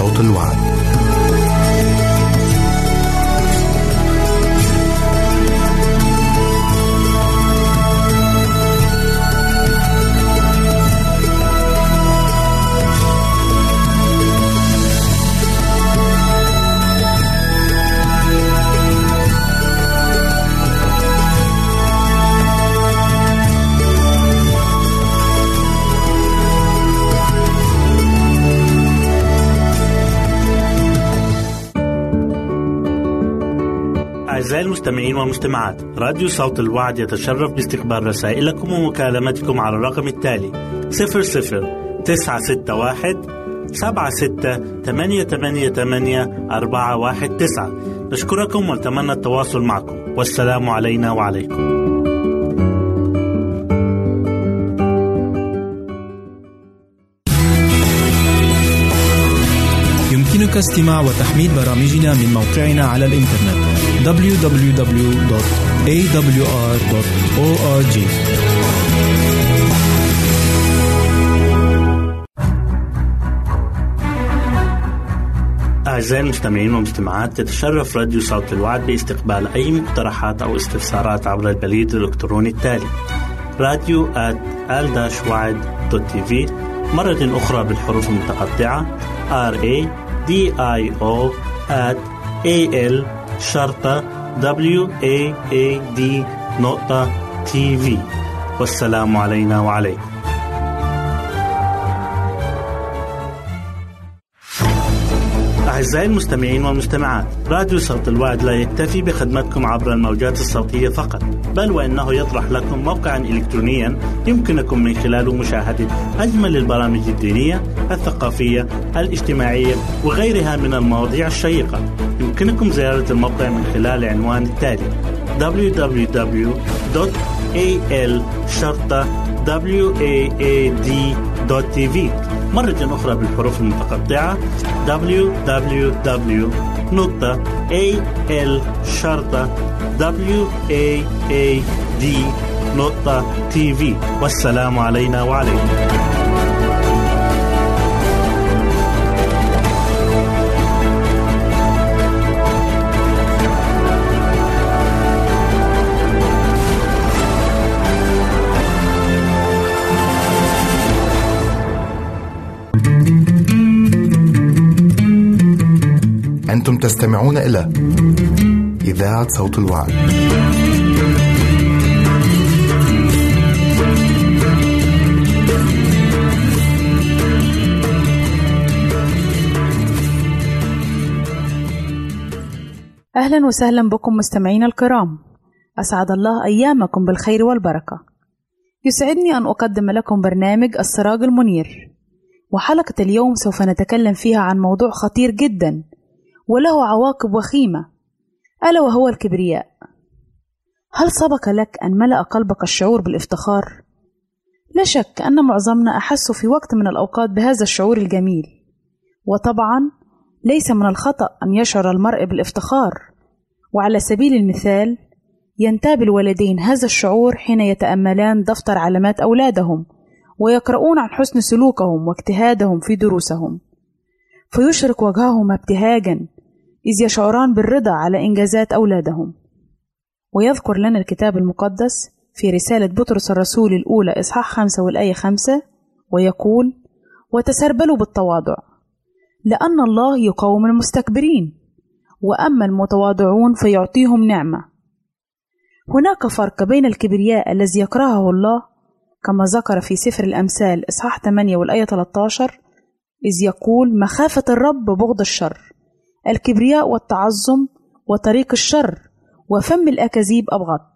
صوت الوعد. أعزائي المستمعين والمستمعات، راديو صوت الوعد يتشرف باستقبال رسائلكم ومكالمتكم على الرقم التالي 00961 76888419. نشكركم ونتمنى التواصل معكم، والسلام علينا وعليكم. يمكنك استماع وتحميل برامجنا من موقعنا على الإنترنت www.awr.org. أعزائي المستمعين والمستمعات، تتشرف راديو صوت الوعد باستقبال أي مقترحات أو استفسارات عبر البريد الإلكتروني التالي radio@al-wad.tv، مرة أخرى بالحروف المتقطعة radio@al-wad.tv. والسلام علينا وعليكم. أعزائي المستمعين والمستمعات، راديو صوت الوعد لا يكتفي بخدمتكم عبر الموجات الصوتية فقط، بل وإنه يطرح لكم موقعا إلكترونيا يمكنكم من خلاله مشاهدة أجمل البرامج الدينية، الثقافية، الاجتماعية وغيرها من المواضيع الشيقة. يمكنكم زيارة الموقع من خلال عنوان التالي www.al-wad.tv، مرة أخرى بالحروف المتقطعة www.al-wad.tv. والسلام علينا وعليكم. أنتم تستمعون إلى إذاعة صوت الوعد. أهلا وسهلا بكم مستمعين الكرام، أسعد الله أيامكم بالخير والبركة. يسعدني أن أقدم لكم برنامج السراج المنير، وحلقة اليوم سوف نتكلم فيها عن موضوع خطير جدا وله عواقب وخيمة، ألا وهو الكبرياء. هل سبق لك أن ملأ قلبك الشعور بالافتخار؟ لا شك أن معظمنا أحس في وقت من الأوقات بهذا الشعور الجميل، وطبعا ليس من الخطأ أن يشعر المرء بالافتخار. وعلى سبيل المثال ينتاب الوالدين هذا الشعور حين يتأملان دفتر علامات أولادهم ويقرؤون عن حسن سلوكهم واجتهادهم في دروسهم، فيشرق وجههم ابتهاجا إذ يشعران بالرضا على إنجازات أولادهم. ويذكر لنا الكتاب المقدس في رسالة بطرس الرسول الأولى إصحاح 5 والآية 5 ويقول: وتسربلوا بالتواضع لأن الله يقاوم المستكبرين، وأما المتواضعون فيعطيهم نعمة. هناك فرق بين الكبرياء الذي يكرهه الله كما ذكر في سفر الأمثال إصحاح 8 والآية 13 إذ يقول: مخافة الرب بغض الشر، الكبرياء والتعظم وطريق الشر وفم الأكاذيب أبغض.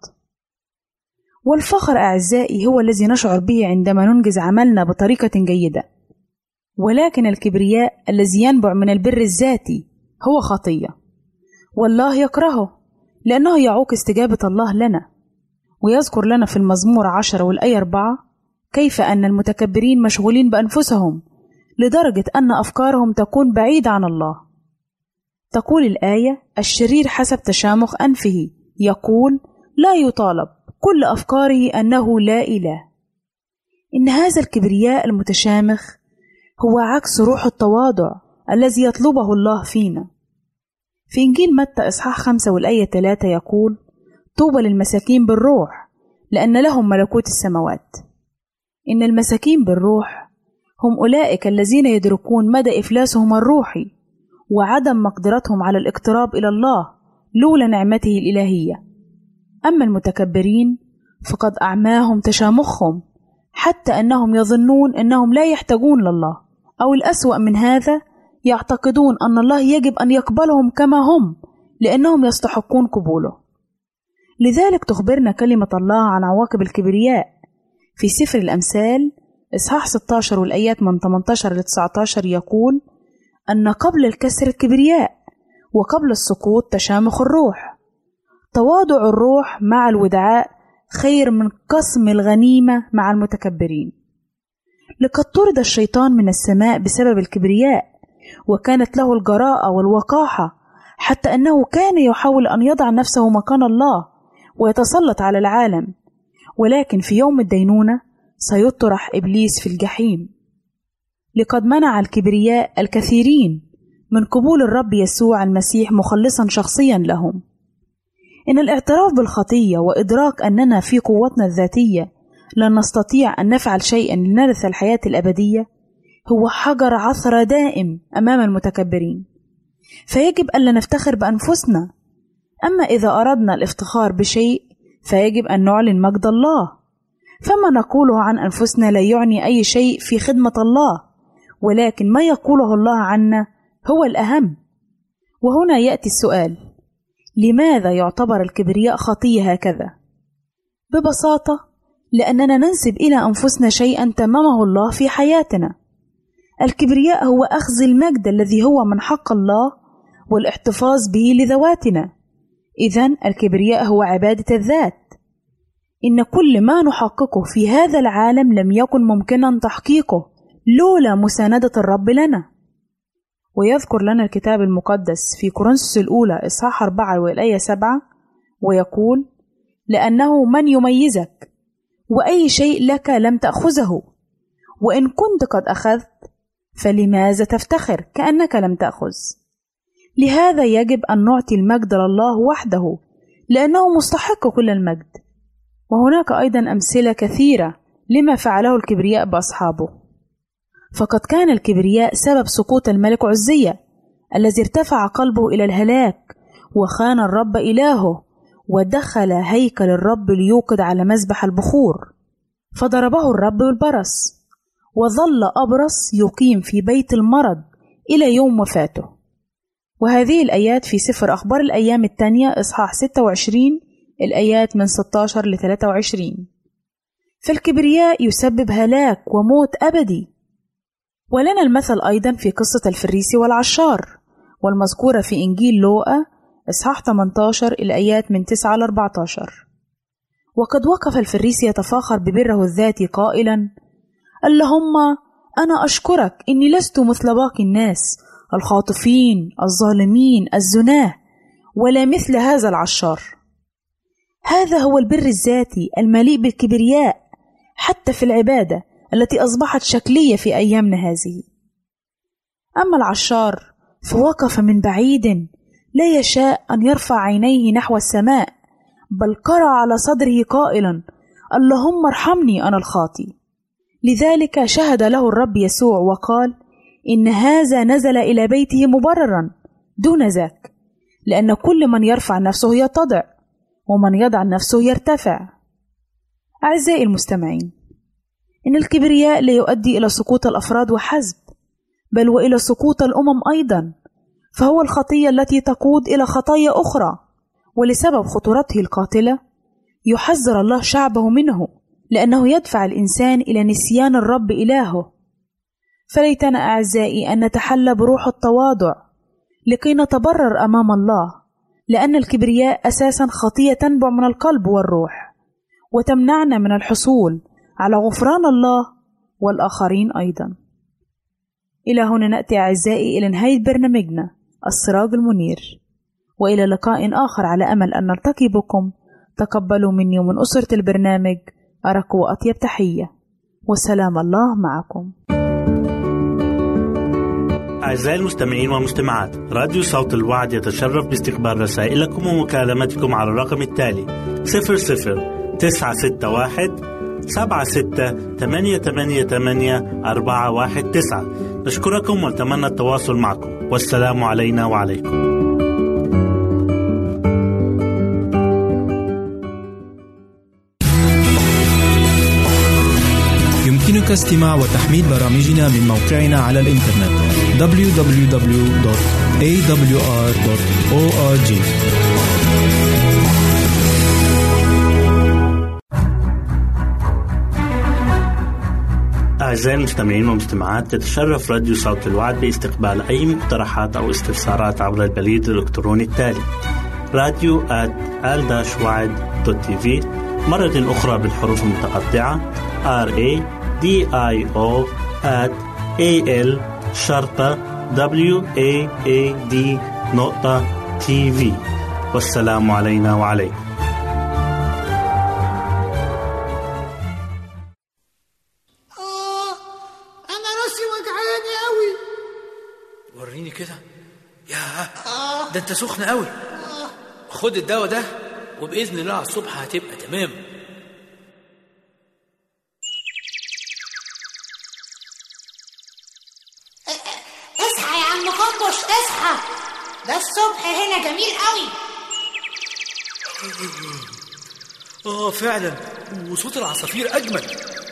والفخر أعزائي هو الذي نشعر به عندما ننجز عملنا بطريقة جيدة، ولكن الكبرياء الذي ينبع من البر الذاتي هو خطية، والله يكرهه لأنه يعوق استجابة الله لنا. ويذكر لنا في المزمور 10 والآية 4 كيف أن المتكبرين مشغولين بأنفسهم لدرجة أن أفكارهم تكون بعيدة عن الله. تقول الآية: الشرير حسب تشامخ أنفه يقول لا يطالب، كل أفكاره أنه لا إله. إن هذا الكبرياء المتشامخ هو عكس روح التواضع الذي يطلبه الله فينا. في إنجيل متى إصحاح 5 والآية 3 يقول: طوبى للمساكين بالروح لأن لهم ملكوت السماوات. إن المساكين بالروح هم أولئك الذين يدركون مدى إفلاسهم الروحي وعدم مقدرتهم على الاقتراب إلى الله لولا نعمته الإلهية. أما المتكبرين فقد أعماهم تشامخهم حتى أنهم يظنون أنهم لا يحتاجون لله، أو الأسوأ من هذا يعتقدون أن الله يجب أن يقبلهم كما هم لأنهم يستحقون قبوله. لذلك تخبرنا كلمة الله عن عواقب الكبرياء في سفر الأمثال إصحاح 16 والآيات من 18 ل 19 يقول: أن قبل الكسر الكبرياء وقبل السقوط تشامخ الروح. تواضع الروح مع الودعاء خير من قسم الغنيمة مع المتكبرين. لقد طرد الشيطان من السماء بسبب الكبرياء، وكانت له الجراءة والوقاحة حتى أنه كان يحاول أن يضع نفسه مكان الله ويتسلط على العالم، ولكن في يوم الدينونة سيطرح إبليس في الجحيم. لقد منع الكبرياء الكثيرين من قبول الرب يسوع المسيح مخلصا شخصيا لهم. إن الاعتراف بالخطية وإدراك أننا في قوتنا الذاتية لن نستطيع أن نفعل شيئا لنرث الحياة الأبدية هو حجر عثرة دائم أمام المتكبرين، فيجب ألا نفتخر بأنفسنا. أما إذا أردنا الافتخار بشيء فيجب أن نعلن مجد الله، فما نقوله عن أنفسنا لا يعني أي شيء في خدمة الله، ولكن ما يقوله الله عنا هو الأهم. وهنا يأتي السؤال: لماذا يعتبر الكبرياء خطية هكذا؟ ببساطة لأننا ننسب إلى أنفسنا شيئا تممه الله في حياتنا. الكبرياء هو أخذ المجد الذي هو من حق الله والاحتفاظ به لذواتنا. إذن الكبرياء هو عبادة الذات. إن كل ما نحققه في هذا العالم لم يكن ممكنا تحقيقه لولا مساندة الرب لنا. ويذكر لنا الكتاب المقدس في كورنثوس الأولى إصحاح 4 والآية 7 ويقول: لأنه من يميزك وأي شيء لك لم تأخذه، وإن كنت قد أخذت فلماذا تفتخر كأنك لم تأخذ؟ لهذا يجب أن نعطي المجد لله وحده لأنه مستحق كل المجد. وهناك أيضا أمثلة كثيرة لما فعله الكبرياء بأصحابه. فقد كان الكبرياء سبب سقوط الملك عزية الذي ارتفع قلبه إلى الهلاك وخان الرب إلهه، ودخل هيكل الرب ليوقد على مذبح البخور، فضربه الرب بالبرص، وظل أبرص يقيم في بيت المرض إلى يوم وفاته. وهذه الآيات في سفر أخبار الأيام الثانية إصحاح 26 الآيات من 16 ل 23. فالكبرياء يسبب هلاك وموت أبدي. ولنا المثل أيضا في قصة الفريسي والعشار والمذكورة في إنجيل لوقا إصحاح 18 الآيات من 9 ل 14. وقد وقف الفريسي يتفاخر ببره الذاتي قائلا: اللهم أنا أشكرك إني لست مثل باقي الناس الخاطفين الظالمين الزناه، ولا مثل هذا العشار. هذا هو البر الذاتي المليء بالكبرياء حتى في العبادة التي أصبحت شكلية في أيامنا هذه. أما العشار فوقف من بعيد لا يشاء أن يرفع عينيه نحو السماء، بل قرع على صدره قائلا: اللهم ارحمني أنا الخاطي. لذلك شهد له الرب يسوع وقال: إن هذا نزل إلى بيته مبررا دون ذاك، لأن كل من يرفع نفسه يتضع، ومن يضع نفسه يرتفع. أعزائي المستمعين، إن الكبرياء لا يؤدي إلى سقوط الأفراد وحسب، بل وإلى سقوط الأمم أيضا، فهو الخطية التي تقود إلى خطايا أخرى. ولسبب خطورته القاتلة يحذر الله شعبه منه، لأنه يدفع الإنسان إلى نسيان الرب إلهه. فليتنا أعزائي أن نتحلى بروح التواضع لكي نتبرر أمام الله، لأن الكبرياء أساسا خطية تنبع من القلب والروح، وتمنعنا من الحصول على غفران الله والآخرين أيضا. إلى هنا نأتي أعزائي إلى نهاية برنامجنا السراج المنير، وإلى لقاء آخر على أمل أن نلتقي بكم. تقبلوا مني ومن أسرة البرنامج أرق وأطيب تحية، وسلام الله معكم. أعزائي المستمعين والمستمعات، راديو صوت الوعد يتشرف باستقبال رسائلكم ومكالمتكم على الرقم التالي 00-961-76-88-419. نشكركم ونتمنى التواصل معكم، والسلام علينا وعليكم. يمكنك استماع وتحميل برامجنا من موقعنا على الإنترنت www.awr.org. أعزائي المستمعين والمستمعات، تتشرف راديو صوت الوعد باستقبال أي مقترحات أو استفسارات عبر البريد الإلكتروني التالي radio@al-wad.tv، مرة أخرى بالحروف المتقطعة radio@al-wad.tv. والسلام علينا وعليكم. أنا راسي وجعاني قوي. وريني كده. ده انت سخن قوي. خد الدواء ده وبإذن الله على الصبح هتبقى تمام. اصحى يا عم قنبش، اصحى، ده الصبح هنا جميل قوي. فعلا، وصوت العصافير أجمل.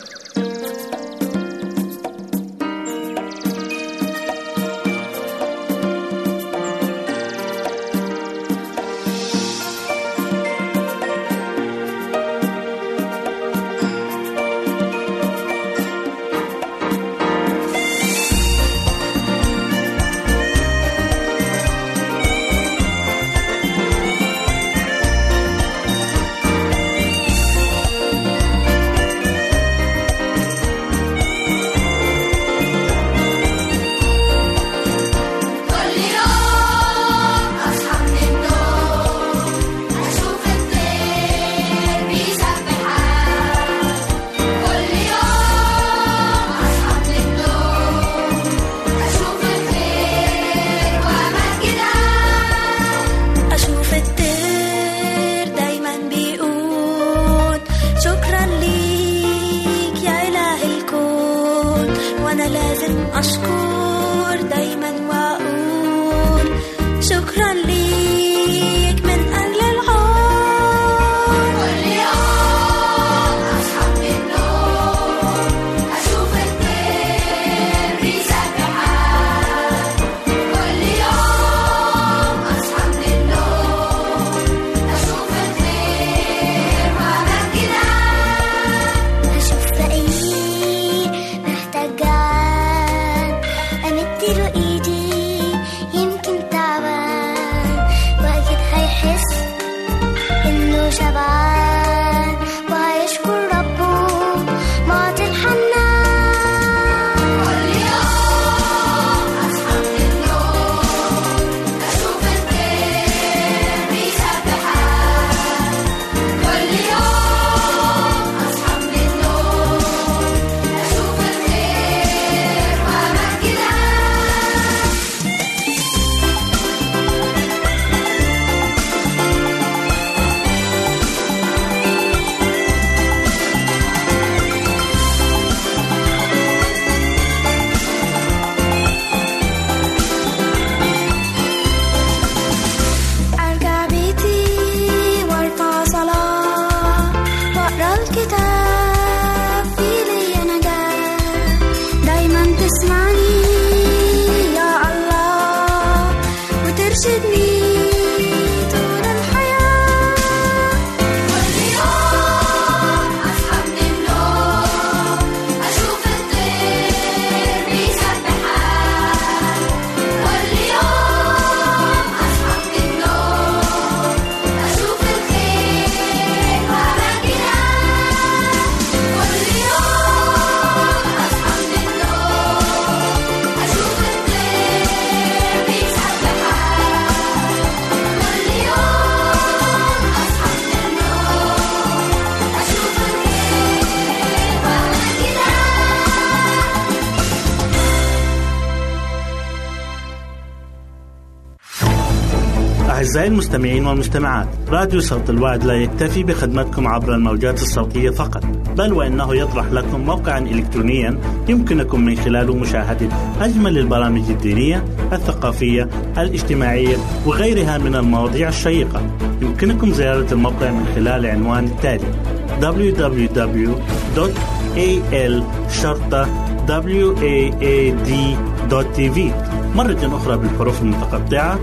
أشكر دايما وأقول شكرا ليك من أجل العمر. كل يوم أصحى من النوم أشوف الطير بيسبحك. كل يوم أصحى من النوم أشوف الطير وأمجدك. أشوف فقير محتاج اديله ايدي يمكن تعبان واكيد هيحس انه شبعان وهيشكر ربه معطي الحنان. كل يوم اصحى من النوم اشوف الطير بيسبحك. كل يوم اصحى من النوم اشوف الطير وامجدك. أرجع بيتي وارفع صلاة واقرا الكتاب في ليا نجاة. دايما تسمعني يا الله وترشدني طول الحياة. كل يوم أصحى من النوم أشوف الطير بيسبحك. كل يوم أصحى من النوم أشوف الخير وأمجدك. كل يوم أصحى من النوم أشوف الطير بيسبحك. أعزائي المستمعين والمستمعات، راديو صوت الوعد لا يكتفي بخدمتكم عبر الموجات الصوتية فقط، بل وإنه يطرح لكم موقعا إلكترونيا يمكنكم من خلاله مشاهدة أجمل البرامج الدينية، الثقافية، الاجتماعية وغيرها من المواضيع الشيقة. يمكنكم زيارة الموقع من خلال العنوان التالي: www.al-waad.tv. مرة أخرى بالحروف المتقطعة: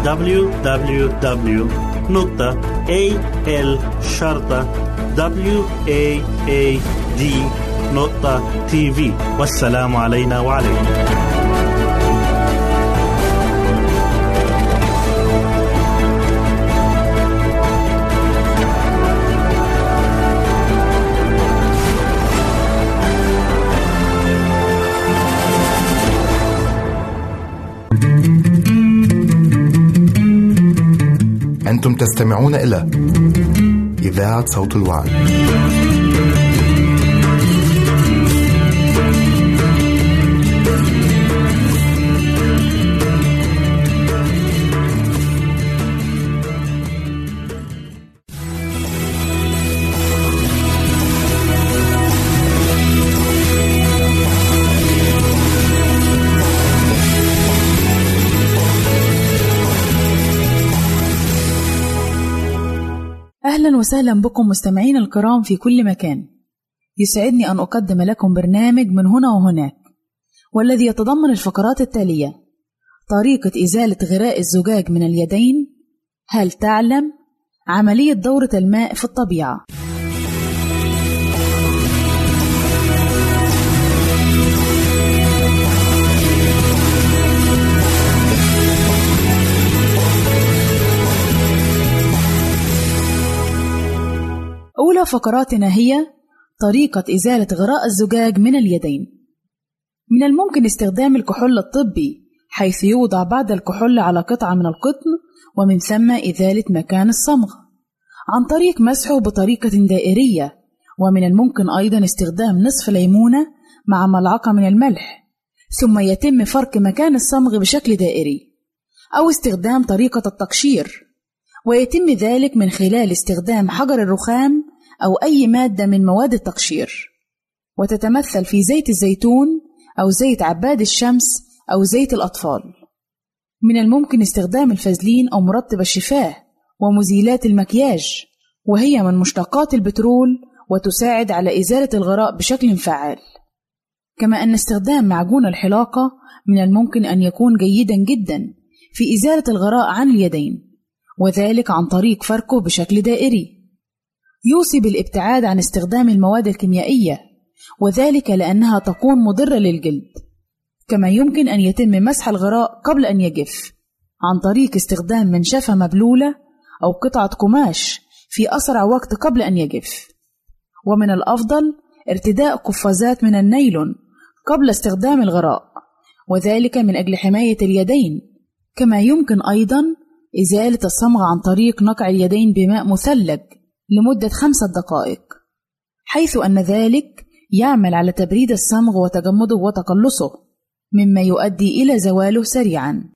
www.al-waad.tv. والسلام علينا وعليكم. أنتم تستمعون إلى إذاعة صوت الوعد. أهلا وسهلا بكم مستمعين الكرام في كل مكان. يسعدني أن أقدم لكم برنامج من هنا وهناك، والذي يتضمن الفقرات التالية: طريقة إزالة غراء الزجاج من اليدين، هل تعلم، عملية دورة الماء في الطبيعة. أولى فقراتنا هي طريقة إزالة غراء الزجاج من اليدين. من الممكن استخدام الكحول الطبي، حيث يوضع بعض الكحول على قطعة من القطن ومن ثم إزالة مكان الصمغ عن طريق مسحه بطريقة دائرية. ومن الممكن أيضا استخدام نصف ليمونة مع ملعقة من الملح، ثم يتم فرك مكان الصمغ بشكل دائري، أو استخدام طريقة التقشير، ويتم ذلك من خلال استخدام حجر الرخام أو أي مادة من مواد التقشير، وتتمثل في زيت الزيتون أو زيت عباد الشمس أو زيت الأطفال. من الممكن استخدام الفازلين أو مرطب الشفاه ومزيلات المكياج، وهي من مشتقات البترول وتساعد على إزالة الغراء بشكل فعال. كما أن استخدام معجون الحلاقة من الممكن أن يكون جيدا جدا في إزالة الغراء عن اليدين، وذلك عن طريق فركه بشكل دائري. يوصي بالابتعاد عن استخدام المواد الكيميائية، وذلك لأنها تكون مضرة للجلد. كما يمكن أن يتم مسح الغراء قبل أن يجف عن طريق استخدام منشفة مبلولة أو قطعة قماش في أسرع وقت قبل أن يجف. ومن الأفضل ارتداء قفازات من النايلون قبل استخدام الغراء، وذلك من أجل حماية اليدين. كما يمكن أيضا إزالة الصمغ عن طريق نقع اليدين بماء مثلج لمدة 5 دقائق، حيث أن ذلك يعمل على تبريد الصمغ وتجمده وتقلصه، مما يؤدي إلى زواله سريعا.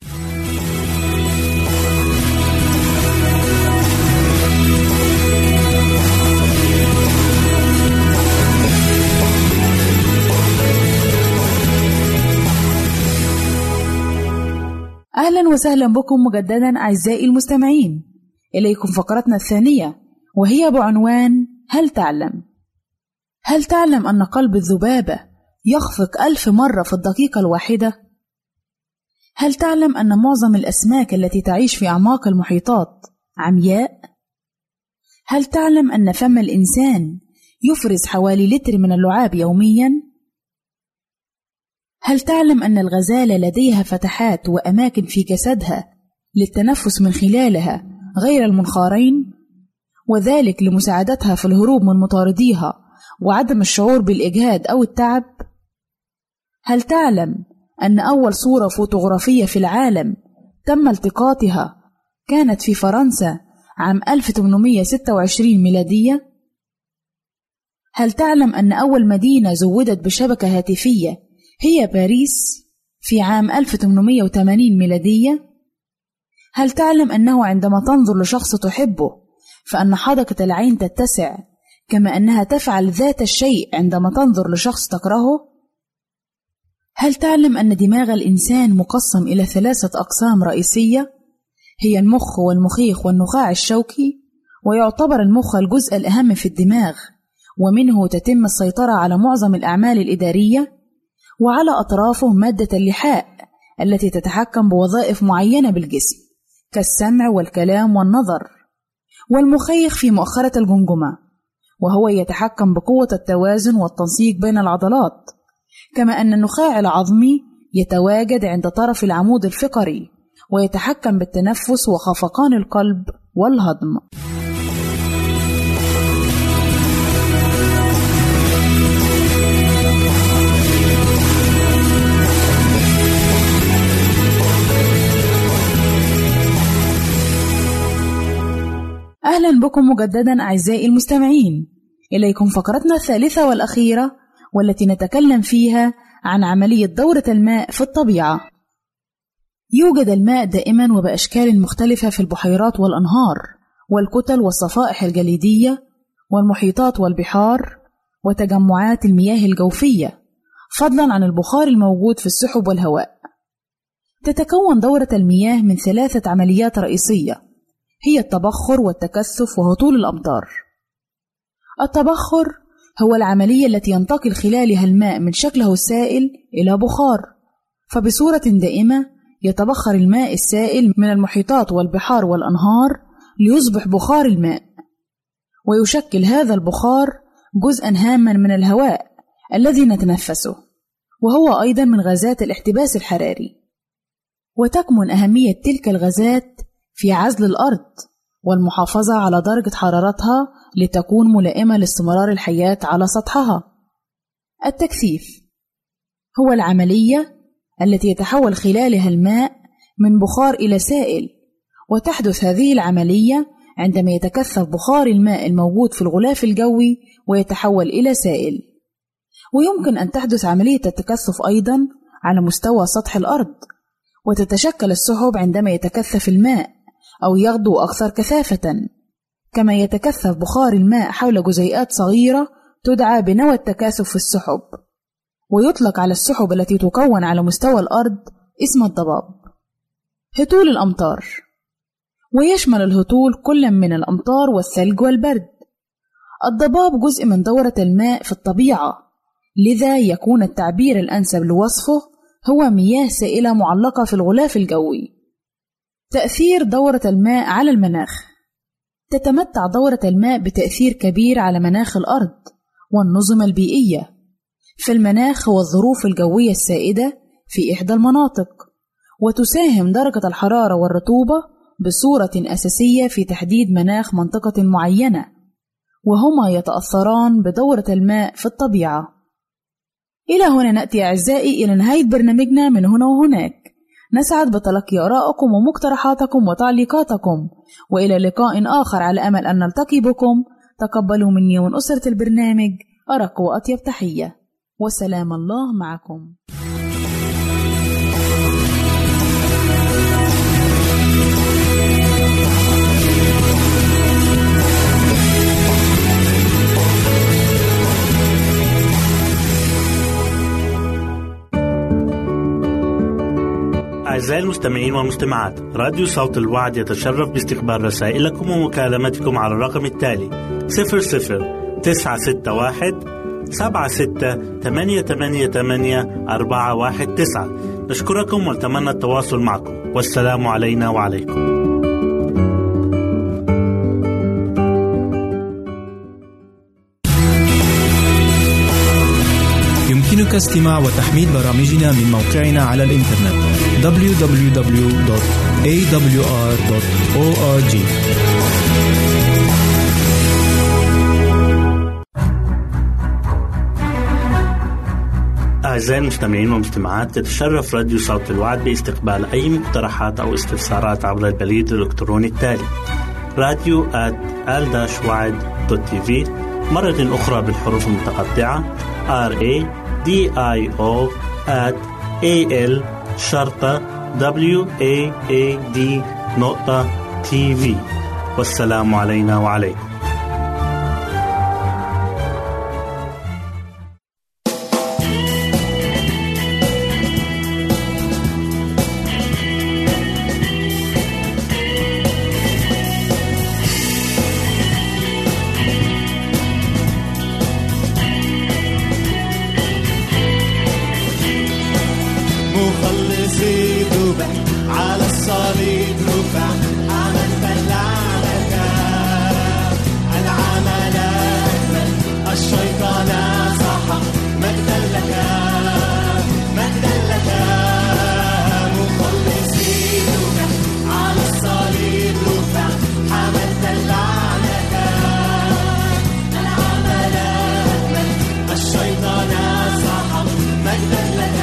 أهلا وسهلا بكم مجددا أعزائي المستمعين. إليكم فقرتنا الثانية، وهي بعنوان هل تعلم؟ هل تعلم أن قلب الذبابة يخفق 1000 مرة في الدقيقة الواحدة؟ هل تعلم أن معظم الأسماك التي تعيش في أعماق المحيطات عمياء؟ هل تعلم أن فم الإنسان يفرز حوالي لتر من اللعاب يوميا؟ هل تعلم أن الغزالة لديها فتحات وأماكن في جسدها للتنفس من خلالها غير المنخارين، وذلك لمساعدتها في الهروب من مطارديها وعدم الشعور بالإجهاد أو التعب؟ هل تعلم أن أول صورة فوتوغرافية في العالم تم التقاطها كانت في فرنسا عام 1826 ميلادية؟ هل تعلم أن أول مدينة زودت بشبكة هاتفية هي باريس في عام 1880 ميلادية؟ هل تعلم أنه عندما تنظر لشخص تحبه فأن حدقة العين تتسع، كما أنها تفعل ذات الشيء عندما تنظر لشخص تكرهه؟ هل تعلم أن دماغ الإنسان مقسم إلى 3 أقسام رئيسية هي المخ والمخيخ والنخاع الشوكي، ويعتبر المخ الجزء الأهم في الدماغ، ومنه تتم السيطرة على معظم الأعمال الإدارية، وعلى أطرافه مادة اللحاء التي تتحكم بوظائف معينة بالجسم كالسمع والكلام والنظر، والمخيخ في مؤخرة الجمجمة وهو يتحكم بقوة التوازن والتنسيق بين العضلات، كما أن النخاع العظمي يتواجد عند طرف العمود الفقري ويتحكم بالتنفس وخفقان القلب والهضم. أهلا بكم مجددا أعزائي المستمعين، إليكم فقرتنا الثالثة والأخيرة والتي نتكلم فيها عن عملية دورة الماء في الطبيعة. يوجد الماء دائما وبأشكال مختلفة في البحيرات والأنهار والكتل والصفائح الجليدية والمحيطات والبحار وتجمعات المياه الجوفية، فضلا عن البخار الموجود في السحب والهواء. تتكون دورة المياه من 3 عمليات رئيسية هي التبخر والتكثف وهطول الأمطار. التبخر هو العملية التي ينتقل خلالها الماء من شكله السائل إلى بخار، فبصورة دائمة يتبخر الماء السائل من المحيطات والبحار والأنهار ليصبح بخار الماء، ويشكل هذا البخار جزءا هاما من الهواء الذي نتنفسه، وهو أيضا من غازات الاحتباس الحراري. وتكمن أهمية تلك الغازات في عزل الأرض والمحافظة على درجة حرارتها لتكون ملائمة لاستمرار الحياة على سطحها. التكثيف هو العملية التي يتحول خلالها الماء من بخار إلى سائل، وتحدث هذه العملية عندما يتكثف بخار الماء الموجود في الغلاف الجوي ويتحول إلى سائل. ويمكن أن تحدث عملية التكثف أيضا على مستوى سطح الأرض، وتتشكل السحب عندما يتكثف الماء أو يغدو أكثر كثافة، كما يتكثف بخار الماء حول جزيئات صغيرة تدعى بنوى التكاثف في السحب، ويطلق على السحب التي تكون على مستوى الأرض اسم الضباب. هطول الأمطار، ويشمل الهطول كل من الأمطار والثلج والبرد. الضباب جزء من دورة الماء في الطبيعة، لذا يكون التعبير الأنسب لوصفه هو مياه سائلة معلقة في الغلاف الجوي. تأثير دورة الماء على المناخ. تتمتع دورة الماء بتأثير كبير على مناخ الأرض والنظم البيئية. فالمناخ هو الظروف الجوية السائدة في إحدى المناطق، وتساهم درجة الحرارة والرطوبة بصورة أساسية في تحديد مناخ منطقة معينة، وهما يتأثران بدورة الماء في الطبيعة. إلى هنا نأتي أعزائي إلى نهاية برنامجنا من هنا وهناك. نسعد بتلقي آرائكم ومقترحاتكم وتعليقاتكم، وإلى لقاء آخر على أمل أن نلتقي بكم. تقبلوا مني ومن أسرة البرنامج أرق وأطيب تحية، وسلام الله معكم. أعزائي المستمعين والمستمعات، راديو صوت الوعد يتشرف باستقبال رسائلكم ومكالمتكم على الرقم التالي 00961 76888419. نشكركم ونتمنى التواصل معكم، والسلام علينا وعليكم. يمكنك استماع وتحميل برامجنا من موقعنا على الإنترنت www.awr.org. أعزائي المستمعين والمستمعات، تتشرف راديو صوت الوعد باستقبال أي مقترحات أو استفسارات عبر البريد الإلكتروني التالي radio@al-wad.tv، مرة أخرى بالحروف المتقطعة radio@al-wad.tv. والسلام علينا وعليكم. مخلصي ذبح على الصليب رفع عملت اللعنة العمل أكمل الشيطان سحق مجدا لك مجدا لك مخلصي ذبح على الصليب رفع عملت اللعنة العمل أكمل الشيطان سحق مجدا لك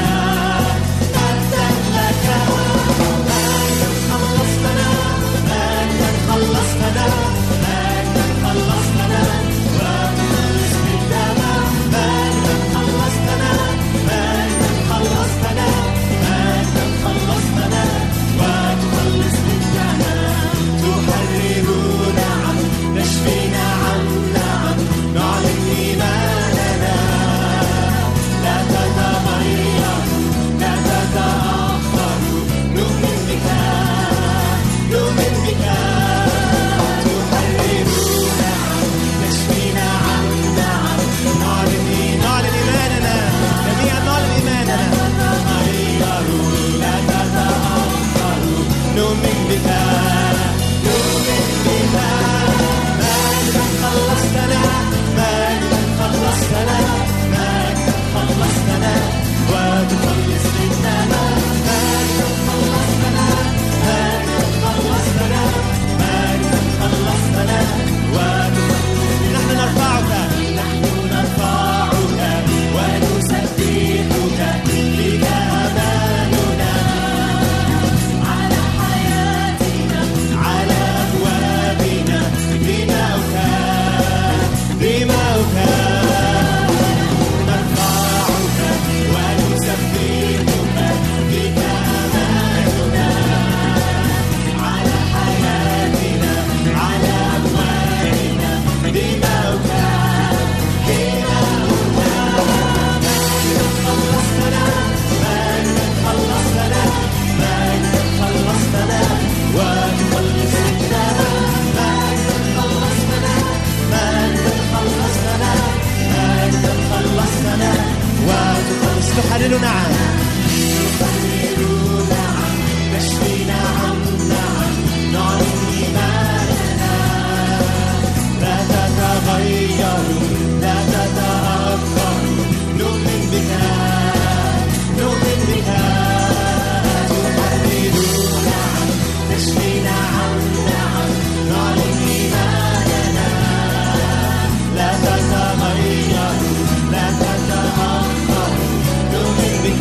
تحررنا عن تشفينا عن نعلن إيماننا لا تتغير لا تتأخر نؤمن بك نؤمن بك تحررنا عن تشفينا عن نعلن إيماننا لا تتغير لا تتأخر نؤمن بك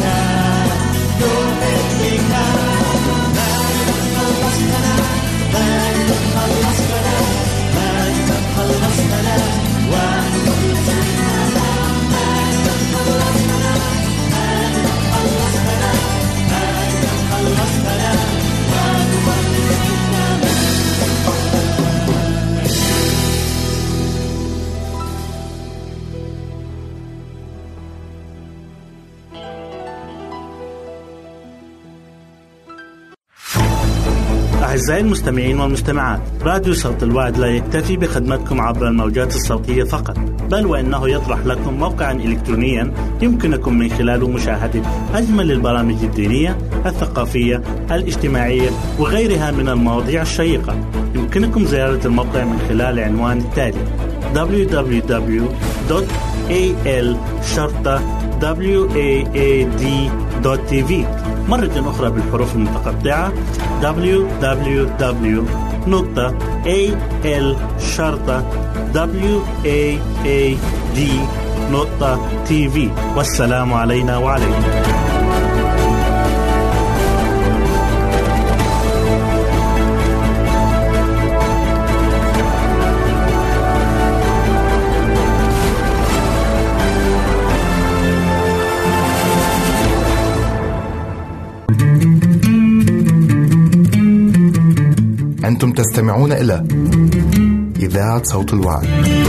أعزائي المستمعين والمستمعات، راديو صوت الوعد لا يكتفي بخدمتكم عبر الموجات الصوتية فقط، بل وإنه يطرح لكم موقعا إلكترونيا يمكنكم من خلاله مشاهدة أجمل البرامج الدينية، الثقافية، الاجتماعية وغيرها من المواضيع الشيقة. يمكنكم زيارة الموقع من خلال العنوان التالي www.waad.tv. مرة أخرى بالحروف المتقطعة www.al-waad.tv. والسلام علينا وعليكم. أنتم تستمعون إلى إذاعة صوت الوعد.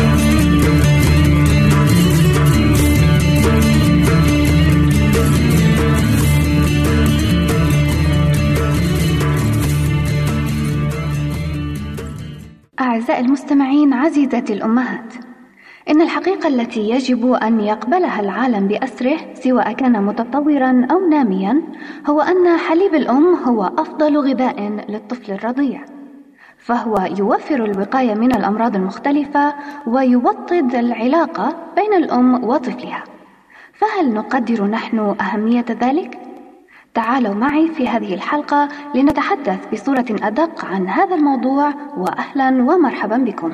أعزائي المستمعين، عزيزتي الأمهات، إن الحقيقة التي يجب أن يقبلها العالم بأسره سواء كان متطورا أو ناميا هو أن حليب الأم هو أفضل غذاء للطفل الرضيع، فهو يوفر الوقاية من الأمراض المختلفة ويوطد العلاقة بين الأم وطفلها. فهل نقدر نحن أهمية ذلك؟ تعالوا معي في هذه الحلقة لنتحدث بصورة أدق عن هذا الموضوع، وأهلا ومرحبا بكم.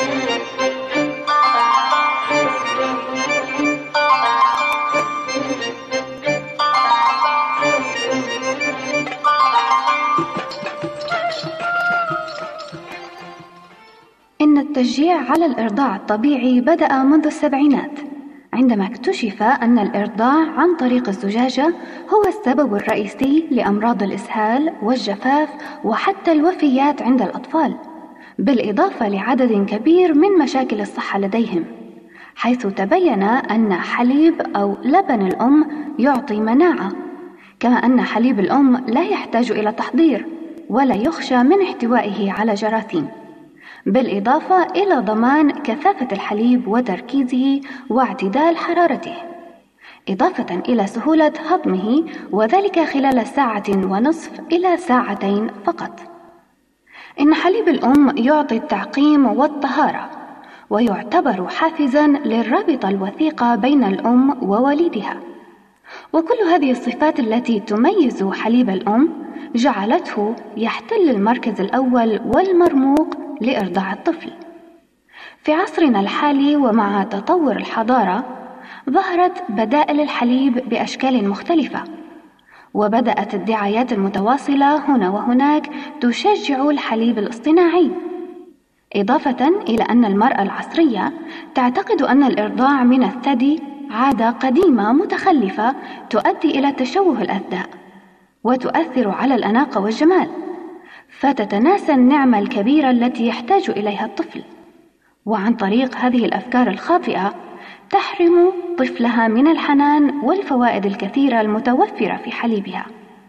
إن التشجيع على الإرضاع الطبيعي بدأ منذ السبعينات، عندما اكتشف أن الإرضاع عن طريق الزجاجة هو السبب الرئيسي لأمراض الإسهال والجفاف وحتى الوفيات عند الأطفال، بالإضافة لعدد كبير من مشاكل الصحة لديهم، حيث تبين أن حليب أو لبن الأم يعطي مناعة، كما أن حليب الأم لا يحتاج إلى تحضير ولا يخشى من احتوائه على جراثيم، بالإضافة إلى ضمان كثافة الحليب وتركيزه واعتدال حرارته، إضافة إلى سهولة هضمه، وذلك خلال 1.5 ساعة إلى 2 ساعات فقط. إن حليب الأم يعطي التعقيم والطهارة، ويعتبر حافزاً للرابطة الوثيقة بين الأم ووليدها، وكل هذه الصفات التي تميز حليب الأم جعلته يحتل المركز الأول والمرموق لإرضاع الطفل. في عصرنا الحالي ومع تطور الحضارة ظهرت بدائل الحليب بأشكال مختلفة، وبدأت الدعايات المتواصلة هنا وهناك تشجع الحليب الاصطناعي، إضافة إلى أن المرأة العصرية تعتقد أن الإرضاع من الثدي عادة قديمة متخلفة تؤدي إلى تشوه الأثداء وتؤثر على الأناقة والجمال، فتتناسى النعمة الكبيرة التي يحتاج إليها الطفل، وعن طريق هذه الأفكار الخاطئة تحرم طفلها من الحنان والفوائد الكثيرة المتوفرة في حليبها،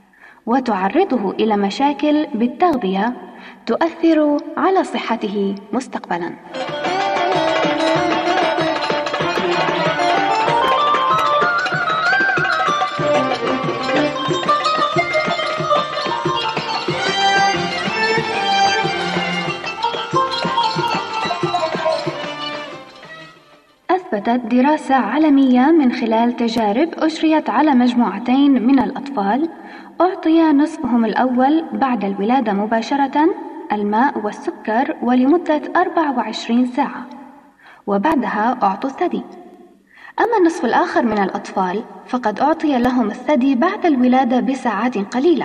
وتعرضه إلى مشاكل بالتغذية تؤثر على صحته مستقبلاً. أثبتت دراسة عالمية من خلال تجارب أجريت على مجموعتين من الأطفال أعطي نصفهم الأول بعد الولادة مباشرة الماء والسكر ولمدة 24 ساعة، وبعدها أعطوا الثدي. أما النصف الآخر من الأطفال فقد أعطي لهم الثدي بعد الولادة بساعات قليلة،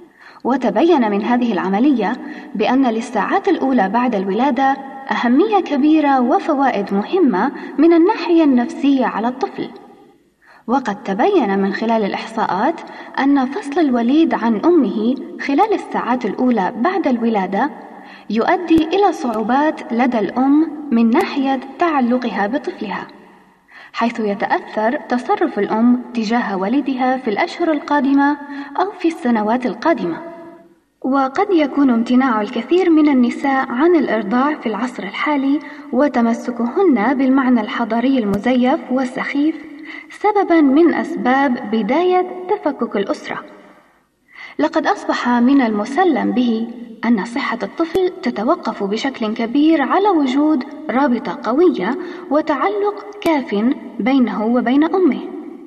وتبين من هذه العملية بأن للساعات الأولى بعد الولادة أهمية كبيرة وفوائد مهمة من الناحية النفسية على الطفل. وقد تبين من خلال الإحصاءات أن فصل الوليد عن أمه خلال الساعات الأولى بعد الولادة يؤدي إلى صعوبات لدى الأم من ناحية تعلقها بطفلها، حيث يتأثر تصرف الأم تجاه ولدها في الأشهر القادمة أو في السنوات القادمة. وقد يكون امتناع الكثير من النساء عن الإرضاع في العصر الحالي وتمسكهن بالمعنى الحضاري المزيف والسخيف سبباً من أسباب بداية تفكك الأسرة. لقد أصبح من المسلم به أن صحة الطفل تتوقف بشكل كبير على وجود رابطة قوية وتعلق كاف بينه وبين أمه.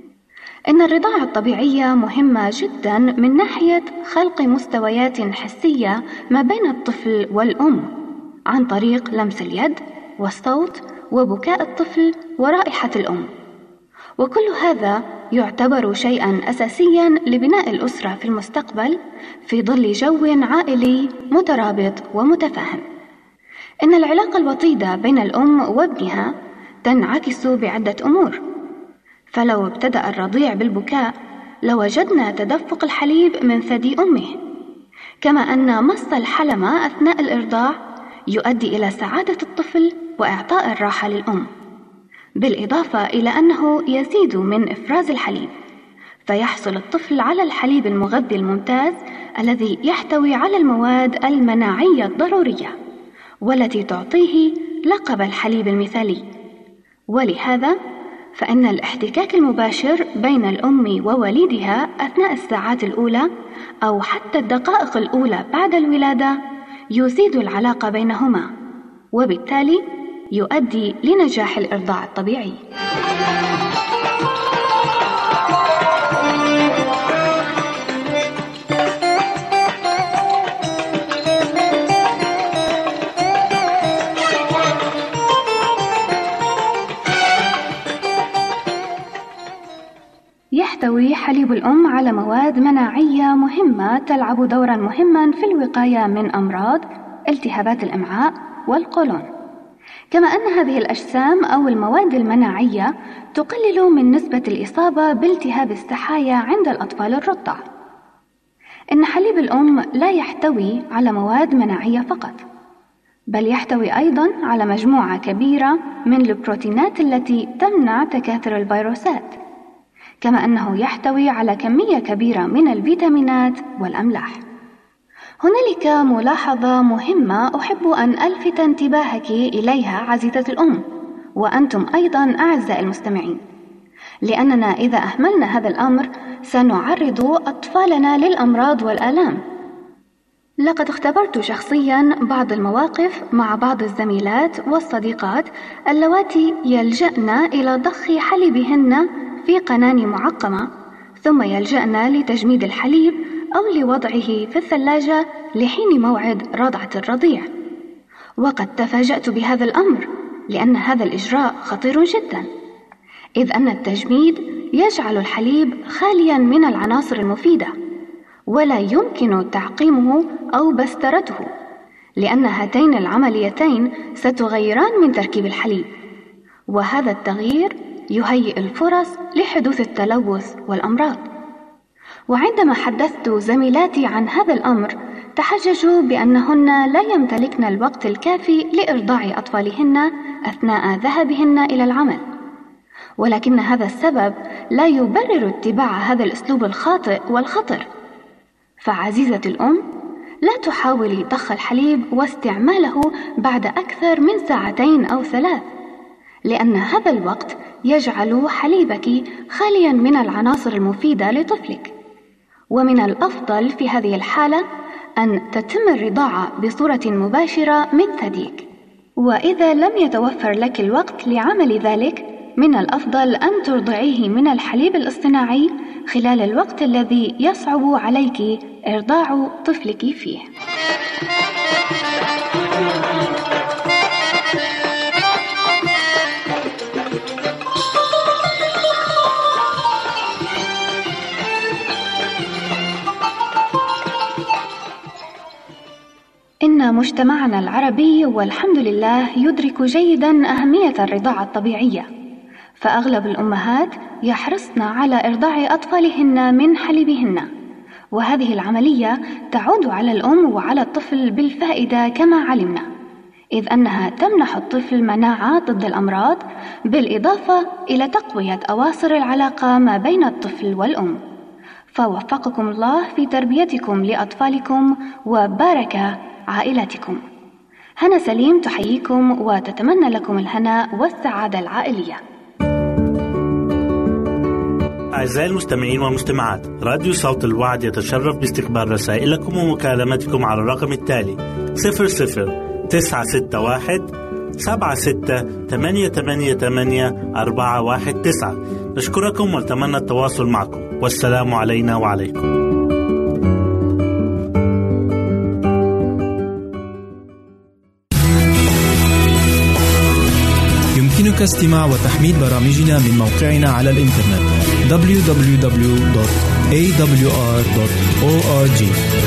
إن الرضاعة الطبيعية مهمة جداً من ناحية خلق مستويات حسية ما بين الطفل والأم عن طريق لمس اليد والصوت وبكاء الطفل ورائحة الأم، وكل هذا يعتبر شيئاً أساسياً لبناء الأسرة في المستقبل في ظل جو عائلي مترابط ومتفاهم. إن العلاقة الوطيدة بين الأم وابنها تنعكس بعدة أمور، فلو ابتدأ الرضيع بالبكاء لوجدنا تدفق الحليب من ثدي أمه، كما أن مص الحلمة أثناء الإرضاع يؤدي إلى سعادة الطفل وإعطاء الراحة للأم، بالإضافة إلى أنه يزيد من إفراز الحليب، فيحصل الطفل على الحليب المغذي الممتاز الذي يحتوي على المواد المناعية الضرورية والتي تعطيه لقب الحليب المثالي. ولهذا فإن الاحتكاك المباشر بين الأم ووليدها أثناء الساعات الأولى أو حتى الدقائق الأولى بعد الولادة يزيد العلاقة بينهما، وبالتالي يؤدي لنجاح الإرضاع الطبيعي. يحتوي حليب الأم على مواد مناعية مهمة تلعب دورا مهما في الوقاية من أمراض التهابات الأمعاء والقولون، كما أن هذه الأجسام أو المواد المناعية تقلل من نسبة الإصابة بالتهاب السحايا عند الأطفال الرضع. إن حليب الأم لا يحتوي على مواد مناعية فقط، بل يحتوي أيضا على مجموعة كبيرة من البروتينات التي تمنع تكاثر الفيروسات، كما أنه يحتوي على كمية كبيرة من الفيتامينات والأملاح. هنالك ملاحظة مهمة أحب أن ألفت انتباهك إليها عزيزة الأم، وأنتم أيضا أعزائي المستمعين، لأننا إذا أهملنا هذا الأمر سنعرض أطفالنا للأمراض والآلام. لقد اختبرت شخصيا بعض المواقف مع بعض الزميلات والصديقات اللواتي يلجأن إلى ضخ حليبهن في قنان معقمة، ثم يلجأن لتجميد الحليب أو لوضعه في الثلاجة لحين موعد رضعة الرضيع. وقد تفاجأت بهذا الأمر، لأن هذا الإجراء خطير جدا، إذ أن التجميد يجعل الحليب خاليا من العناصر المفيدة، ولا يمكن تعقيمه أو بسترته، لأن هاتين العمليتين ستغيران من تركيب الحليب، وهذا التغيير يهيئ الفرص لحدوث التلوث والأمراض. وعندما حدثت زميلاتي عن هذا الأمر تحججوا بأنهن لا يمتلكن الوقت الكافي لإرضاع أطفالهن أثناء ذهابهن إلى العمل، ولكن هذا السبب لا يبرر اتباع هذا الأسلوب الخاطئ والخطر. فعزيزة الأم، لا تحاولي ضخ الحليب واستعماله بعد أكثر من 2 أو 3 ساعات، لأن هذا الوقت يجعل حليبك خاليا من العناصر المفيدة لطفلك. ومن الأفضل في هذه الحالة أن تتم الرضاعة بصورة مباشرة من ثديك. وإذا لم يتوفر لك الوقت لعمل ذلك، من الأفضل أن ترضعيه من الحليب الاصطناعي خلال الوقت الذي يصعب عليك إرضاع طفلك فيه. إن مجتمعنا العربي والحمد لله يدرك جيدا أهمية الرضاعة الطبيعية، فأغلب الأمهات يحرصن على إرضاع أطفالهن من حليبهن، وهذه العملية تعود على الأم وعلى الطفل بالفائدة كما علمنا، إذ أنها تمنح الطفل مناعة ضد الأمراض، بالإضافة إلى تقوية أواصر العلاقة ما بين الطفل والأم. فوفقكم الله في تربيتكم لأطفالكم وبارك عائلتكم. هنا سليم تحييكم وتتمنى لكم الهناء والسعادة العائلية. أعزائي المستمعين والمستمعات، راديو صوت الوعد يتشرف باستقبال رسائلكم ومكالمتكم على الرقم التالي 00961 76888419. نشكركم ونتمنى التواصل معكم، والسلام علينا وعليكم. يمكنك استماع وتحميل برامجنا من موقعنا على الإنترنت www.awr.org.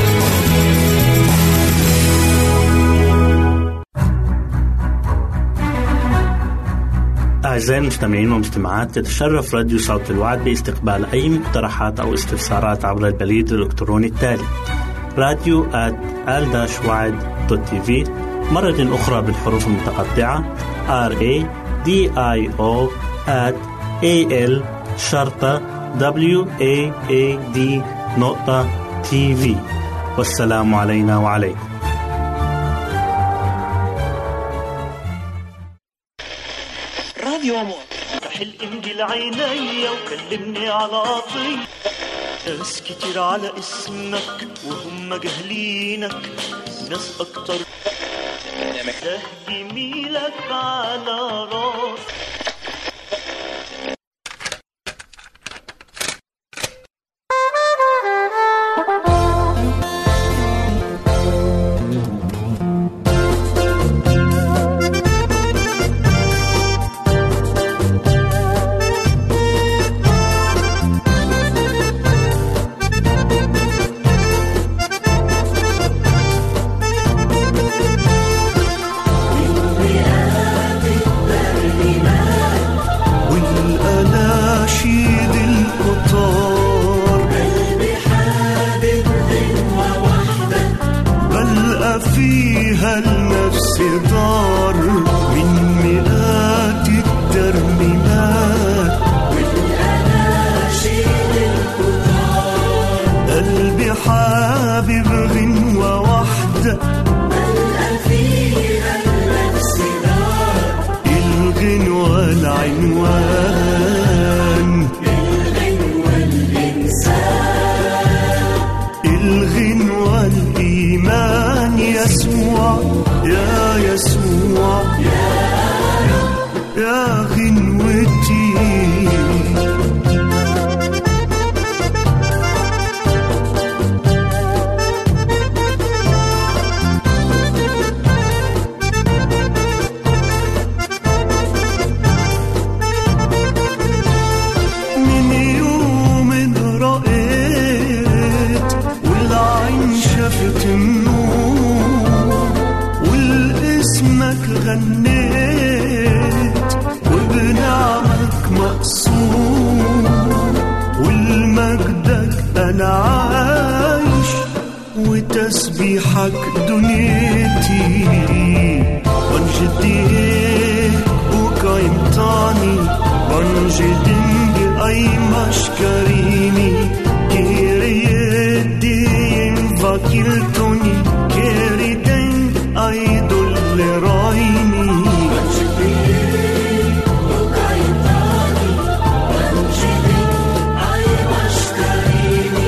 أعزائي المستمعين والمستمعات، يتشرف راديو صوت الوعد باستقبال أي مقترحات أو استفسارات عبر البريد الإلكتروني التالي radio@al-wad.tv. مرة أخرى بالحروف المتقطعة radio@al-wad.tv. والسلام علينا وعليكم. راديو عمر حل إنجيل عيني وكلمني على عطية. ناس كتير على اسمك وهم جهلينك، ناس أكتر تهدي ميلك على راس. فيها النفس دار من مئات الترنيمات والأناشيد الكتار. قلبي حابب غنوة واحدة ملأ فيها النفس دار. الغنوة العنوان، الغنوة الإنسان، الغنوة الإيمان. يسوع يا يسوع يا غنوتي. من يوم رأيت والعين شافت اسمك غنيت وبنعمك مقصود والمجدك أنا عايش وتسبيحك دنيتي. بنجديك وكايمتاني بنجدنج أي مشكريني كيريدي ينفاكيلتوني كيريدين أيدو لرايني. بنجدين وكايمتاني بنجدين أي مشكريني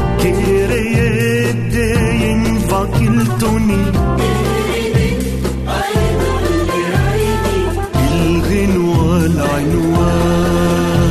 كيريدين فاكلتوني كيريدين أيدو لرايني. الغنوة العنوان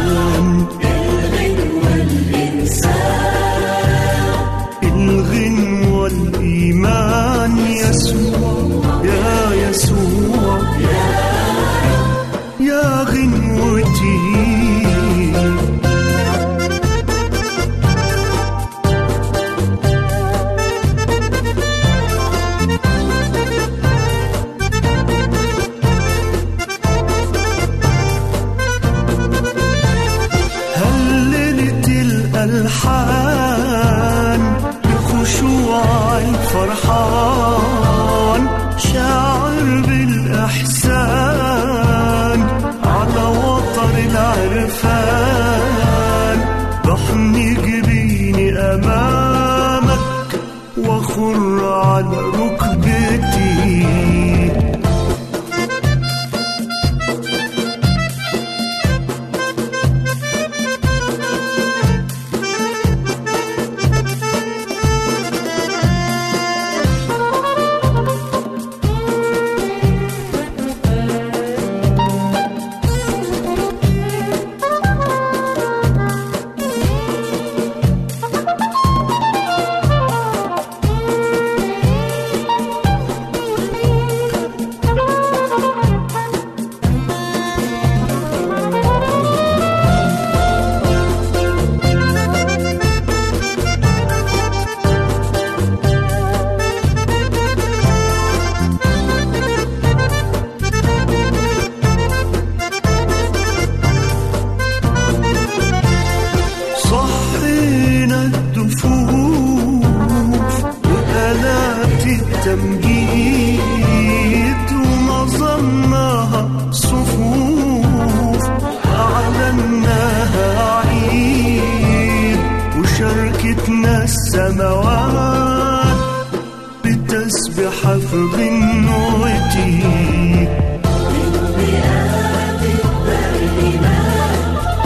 تمجيد ونظمناها صفوف أعلناها عيد وشاركتنا السماوات بتسبح في غنوتي بالمئات الترنيمات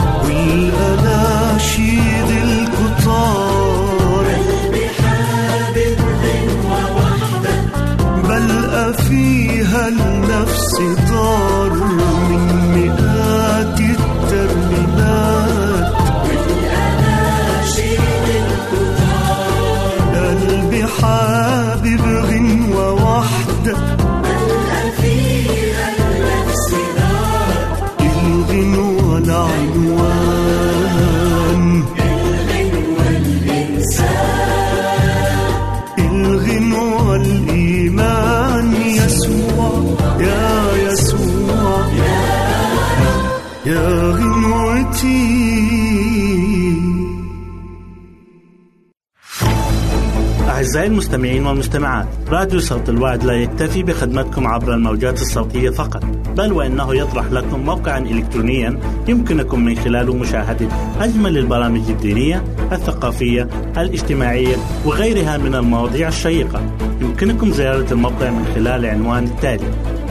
والأناشيد الكتار قلبي حابب غنوة واحدة بلقى فيها النفس دار من مئات الترنيمات والأناشيد الكتار قلبي حابب غنوة واحدة بلقى فيها النفس دار الغنوة العنوان الغنوة الإنسان الغنوة الإيمان يسوع يا يسوع يا غنوتي. أعزائي المستمعين والمستمعات، راديو صوت الوعد لا يكتفي بخدمتكم عبر الموجات الصوتية فقط، بل وإنه يطرح لكم موقعا إلكترونيا يمكنكم من خلاله مشاهدة أجمل البرامج الدينية، الثقافية، الاجتماعية وغيرها من المواضيع الشيقة. يمكنكم زيارة الموقع من خلال العنوان التالي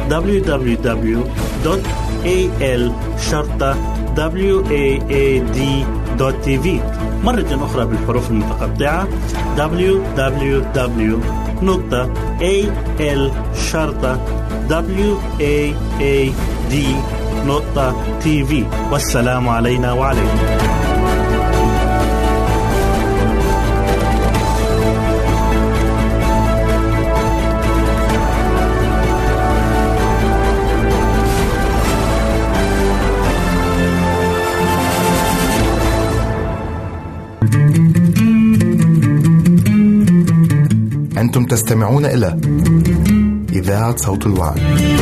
www.al-waad.tv. مرة أخرى بالحروف المتقطعة www.al-waad.tv. والسلام علينا وعليكم. أنتم تستمعون إلى إذاعة صوت الوعد.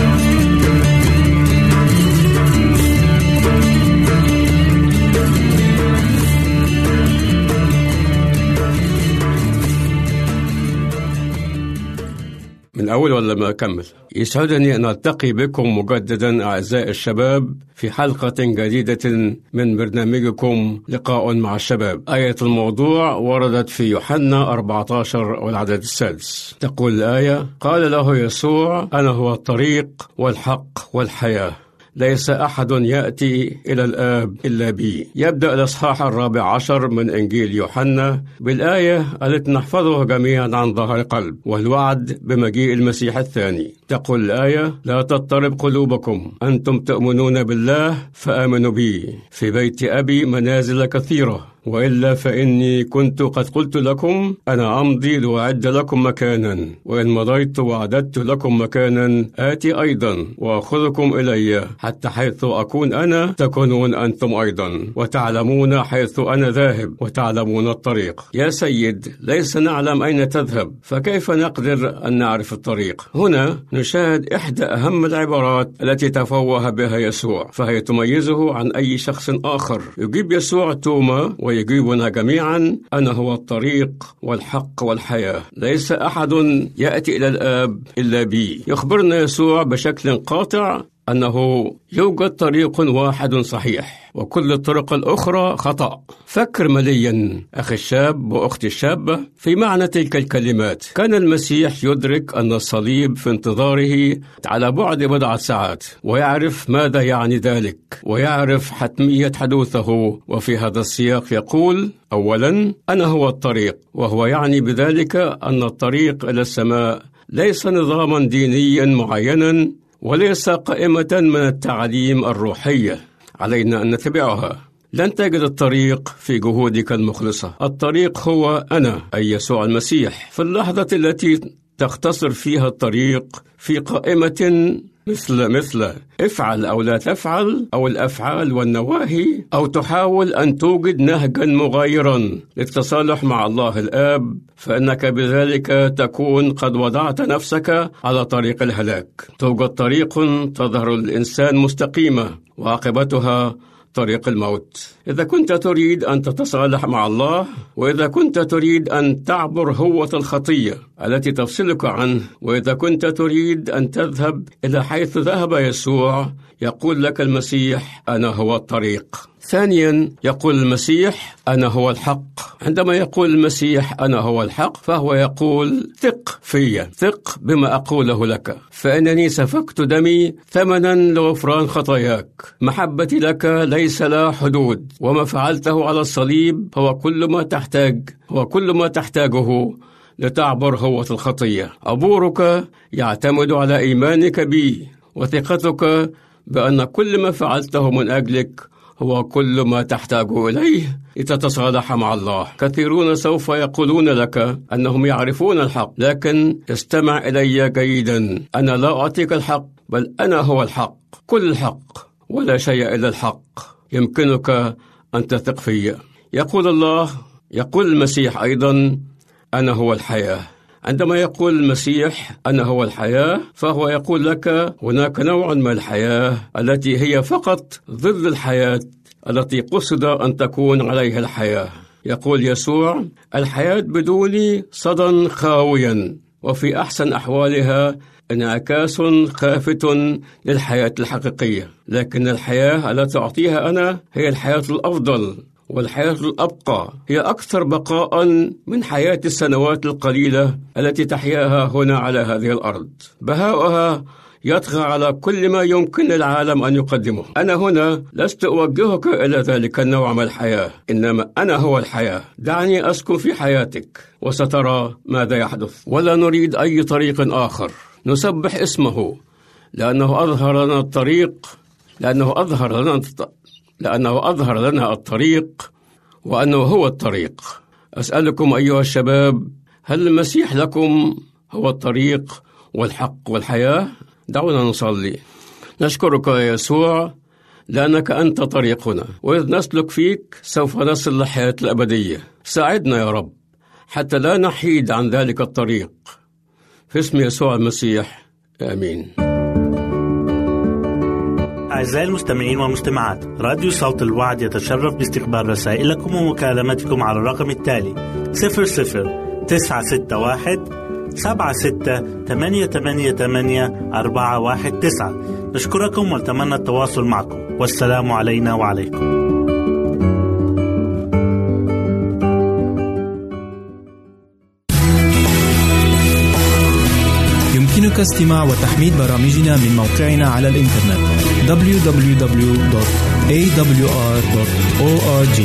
من أول ولا ما أكمل؟ يسعدني أن ألتقي بكم مجددا أعزائي الشباب في حلقة جديدة من برنامجكم لقاء مع الشباب. آية الموضوع وردت في يوحنا 14 والعدد 6. تقول الآية: قال له يسوع: أنا هو الطريق والحق والحياة، ليس أحد يأتي إلى الآب إلا بي. يبدأ الإصحاح 14 من إنجيل يوحنا بالآية التي نحفظها جميعا عن ظهر قلب، والوعد بمجيء المسيح الثاني. تقول الآية: لا تضطرب قلوبكم، أنتم تؤمنون بالله فآمنوا بي، في بيت أبي منازل كثيرة، وإلا فإني كنت قد قلت لكم أنا أمضي لأعد لكم مكانا، وإن مضيت وأعددت لكم مكانا آتي أيضا وأخذكم إلي، حتى حيث أكون أنا تكونون أنتم أيضا، وتعلمون حيث أنا ذاهب وتعلمون الطريق. يا سيد، ليس نعلم أين تذهب، فكيف نقدر أن نعرف الطريق؟ هنا نشاهد إحدى أهم العبارات التي تفوه بها يسوع، فهي تميزه عن أي شخص آخر. يجيب يسوع توما ويجيبنا جميعا: أنا هو الطريق والحق والحياة، ليس أحد يأتي إلى الآب إلا بي. يخبرنا يسوع بشكل قاطع أنه يوجد طريق واحد صحيح، وكل الطرق الأخرى خطأ. فكر مليا أخي الشاب وأختي الشابة في معنى تلك الكلمات. كان المسيح يدرك أن الصليب في انتظاره على بعد بضعة ساعات، ويعرف ماذا يعني ذلك، ويعرف حتمية حدوثه. وفي هذا السياق يقول: أولا، أنا هو الطريق، وهو يعني بذلك أن الطريق إلى السماء ليس نظاما دينيا معينا، وليس قائمة من التعاليم الروحية علينا أن نتبعها. لن تجد الطريق في جهودك المخلصة. الطريق هو أنا، أي يسوع المسيح. في اللحظة التي تختصر فيها الطريق في قائمة مثل افعل أو لا تفعل، أو الأفعال والنواهي، أو تحاول أن توجد نهجا مغايرا للتصالح مع الله الآب، فإنك بذلك تكون قد وضعت نفسك على طريق الهلاك. توجد طريق تظهر الإنسان مستقيمة، وعاقبتها طريق الموت. إذا كنت تريد أن تتصالح مع الله، وإذا كنت تريد أن تعبر هوة الخطية التي تفصلك عنه، وإذا كنت تريد أن تذهب إلى حيث ذهب يسوع، يقول لك المسيح: أنا هو الطريق. ثانيا، يقول المسيح: أنا هو الحق. عندما يقول المسيح أنا هو الحق، فهو يقول: ثق في، ثق بما أقوله لك، فإنني سفكت دمي ثمنا لغفران خطاياك. محبتي لك ليس لها حدود، وما فعلته على الصليب هو كل ما تحتاجه لتعبر هوة الخطية. عبورك يعتمد على إيمانك بي، وثقتك بأن كل ما فعلته من أجلك هو كل ما تحتاج إليه لتتصالح مع الله. كثيرون سوف يقولون لك أنهم يعرفون الحق، لكن استمع إلي جيدا. أنا لا أعطيك الحق، بل أنا هو الحق، كل الحق، ولا شيء إلا الحق. يمكنك أن تثق في. يقول المسيح أيضا: أنا هو الحياة. عندما يقول المسيح أنا هو الحياة، فهو يقول لك هناك نوع من الحياة التي هي فقط ضد الحياة التي قصد أن تكون عليها الحياة. يقول يسوع: الحياة بدوني صدى خاويا، وفي أحسن أحوالها انعكاس خافت للحياة الحقيقية. لكن الحياة التي أعطيها أنا هي الحياة الأفضل، والحياة الأبقى هي أكثر بقاء من حياة السنوات القليلة التي تحياها هنا على هذه الأرض. بهاؤها يطغى على كل ما يمكن للعالم أن يقدمه. أنا هنا لست أوجهك إلى ذلك النوع من الحياة، إنما أنا هو الحياة. دعني أسكن في حياتك وسترى ماذا يحدث. ولا نريد أي طريق آخر. نسبح اسمه لأنه أظهر لنا الطريق، لأنه أظهر لنا الطريق، وأنه هو الطريق. أسألكم أيها الشباب، هل المسيح لكم هو الطريق والحق والحياة؟ دعونا نصلي. نشكرك يا يسوع لأنك أنت طريقنا، وإذ نسلك فيك سوف نصل للحياة الأبدية. ساعدنا يا رب حتى لا نحيد عن ذلك الطريق، في اسم يسوع المسيح، آمين. أعزائي المستمعين والمستمعات، راديو صوت الوعد يتشرف باستقبال رسائلكم ومكالمتكم على الرقم التالي: 00-961-76-88-419. نشكركم ونتمنى التواصل معكم، والسلام علينا وعليكم. يمكنك استماع وتحميل برامجنا من موقعنا على الإنترنت www.awr.org.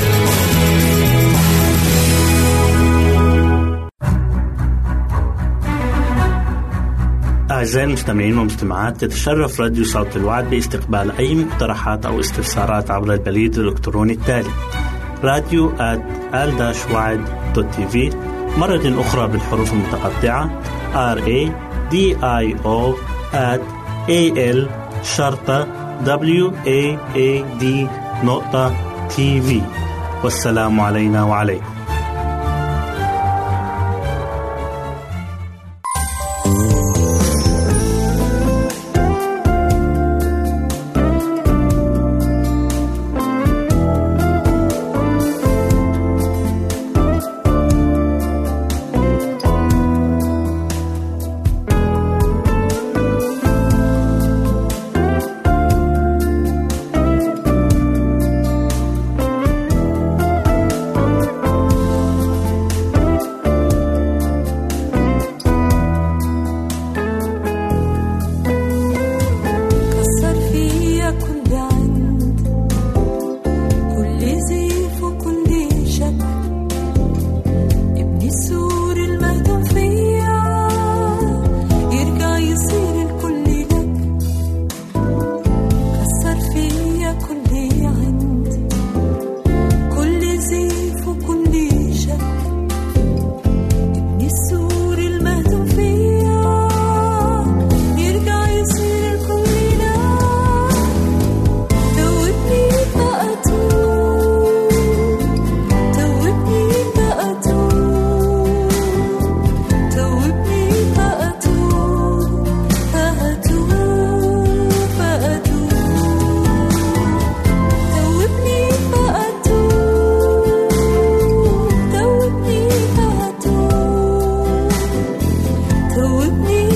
أعزائي المستمعين والمستمعات، يتشرف راديو صوت الوعد باستقبال أي مقترحات أو استفسارات عبر البريد الإلكتروني التالي: radio@al-wad.tv، مرة أخرى بالحروف المتقطعة radio@al-wad.tv. والسلام علينا وعليكم.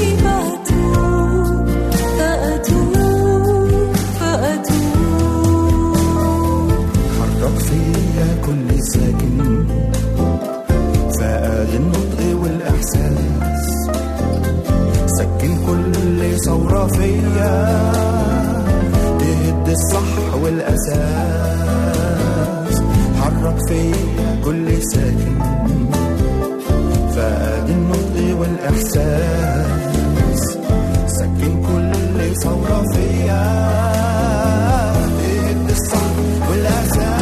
تهد الصح والأساس حرك في كل ساكن فقد النطق والإحساس سكن كل ثورة فيا تهد الصح والأساس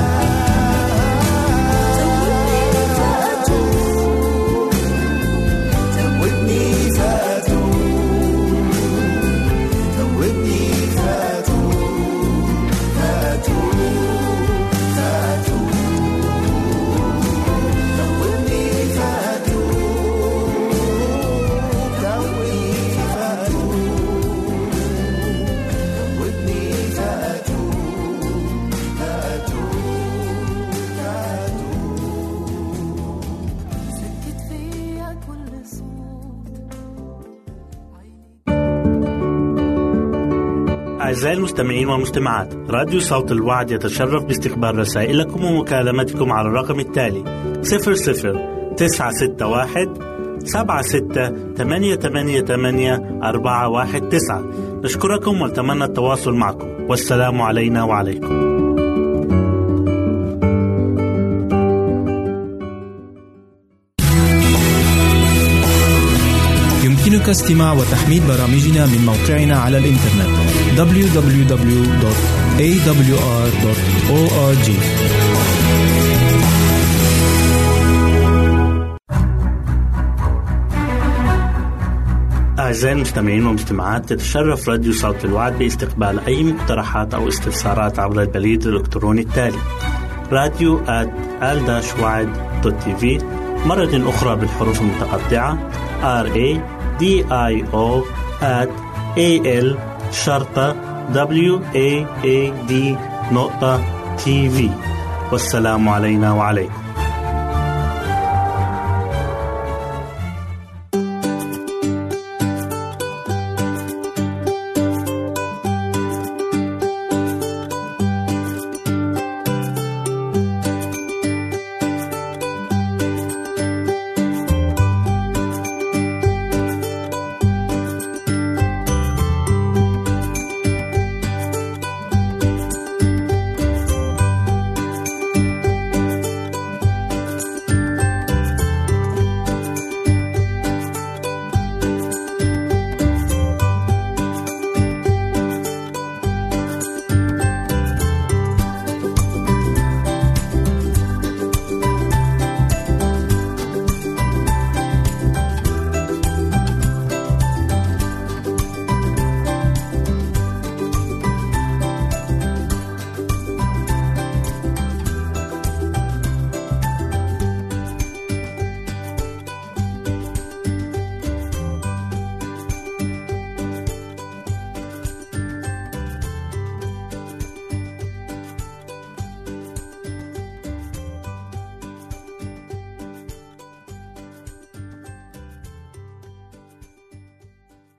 أعزائي المستمعين والمستمعات، راديو صوت الوعد يتشرف باستقبال رسائلكم ومكالمتكم على الرقم التالي 00-961-76-88-419. نشكركم ونتمنى التواصل معكم، والسلام علينا وعليكم. يمكنك استماع وتحميل برامجنا من موقعنا على الإنترنت www.awr.org. أعزائي المستمعين والمستمعات، تتشرف راديو صوت الوعد باستقبال أي مقترحات أو استفسارات عبر البريد الإلكتروني التالي radio@al-wad.tv، مرة أخرى بالحروف المتقطعة radio@al-wad.tv. والسلام علينا وعليكم.